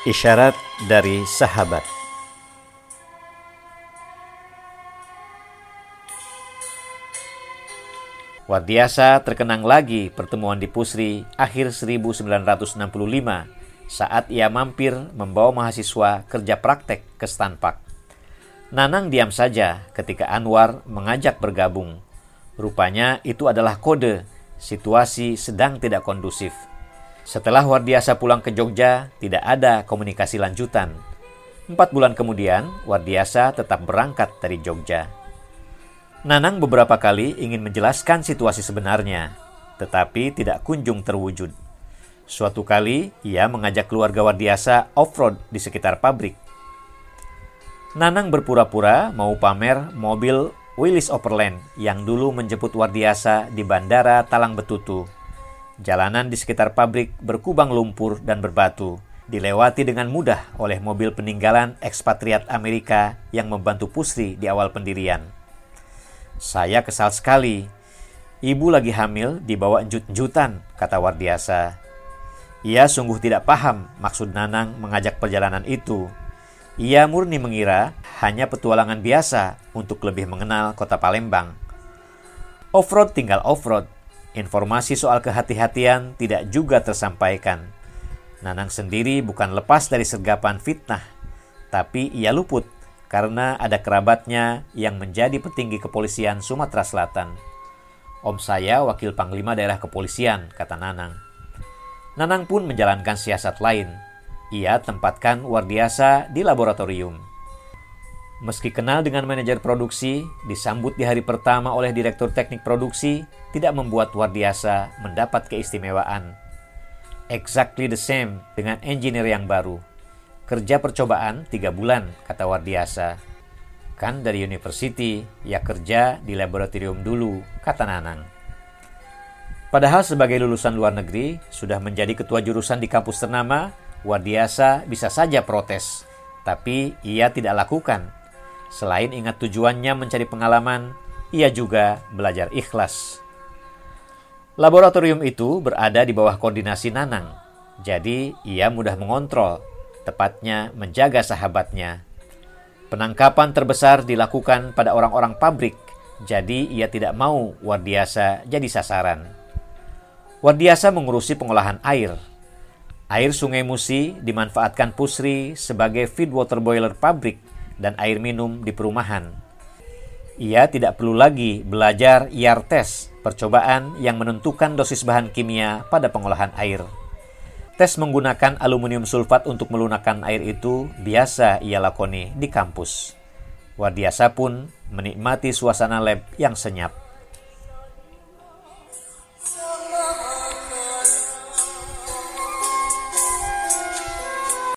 Isyarat dari sahabat. Wardiasa terkenang lagi pertemuan di Pusri akhir 1965 saat ia mampir membawa mahasiswa kerja praktek ke Stanpak. Nanang diam saja ketika Anwar mengajak bergabung. Rupanya itu adalah kode, situasi sedang tidak kondusif. Setelah Wardiasa pulang ke Jogja, tidak ada komunikasi lanjutan. 4 bulan kemudian, Wardiasa tetap berangkat dari Jogja. Nanang beberapa kali ingin menjelaskan situasi sebenarnya, tetapi tidak kunjung terwujud. Suatu kali, ia mengajak keluarga Wardiasa off-road di sekitar pabrik. Nanang berpura-pura mau pamer mobil Willys Overland yang dulu menjemput Wardiasa di Bandara Talang Betutu. Jalanan di sekitar pabrik berkubang lumpur dan berbatu, dilewati dengan mudah oleh mobil peninggalan ekspatriat Amerika yang membantu Pusri di awal pendirian. Saya kesal sekali. Ibu lagi hamil dibawa enjut-enjutan, kata Wardiasa. Ia sungguh tidak paham maksud Nanang mengajak perjalanan itu. Ia murni mengira hanya petualangan biasa untuk lebih mengenal kota Palembang. Off-road tinggal off-road. Informasi soal kehati-hatian tidak juga tersampaikan. Nanang sendiri bukan lepas dari sergapan fitnah, tapi ia luput karena ada kerabatnya yang menjadi petinggi kepolisian Sumatera Selatan. Om saya wakil Panglima Daerah Kepolisian, kata Nanang. Nanang pun menjalankan siasat lain. Ia tempatkan Wardiasa di laboratorium. Meski kenal dengan manajer produksi, disambut di hari pertama oleh direktur teknik produksi, tidak membuat Wardiasa mendapat keistimewaan. Exactly the same dengan engineer yang baru. Kerja percobaan 3 bulan, kata Wardiasa. Kan dari university, ya kerja di laboratorium dulu, kata Nanang. Padahal sebagai lulusan luar negeri, sudah menjadi ketua jurusan di kampus ternama, Wardiasa bisa saja protes, tapi ia tidak lakukan. Selain ingat tujuannya mencari pengalaman, ia juga belajar ikhlas. Laboratorium itu berada di bawah koordinasi Nanang, jadi ia mudah mengontrol, tepatnya menjaga sahabatnya. Penangkapan terbesar dilakukan pada orang-orang pabrik, jadi ia tidak mau Wardiasa jadi sasaran. Wardiasa mengurusi pengolahan air. Air Sungai Musi dimanfaatkan Pusri sebagai feedwater boiler pabrik dan air minum di perumahan. Ia tidak perlu lagi belajar IR test, percobaan yang menentukan dosis bahan kimia pada pengolahan air. Tes menggunakan aluminium sulfat untuk melunakkan air itu biasa ia lakoni di kampus. Wardiasa pun menikmati suasana lab yang senyap.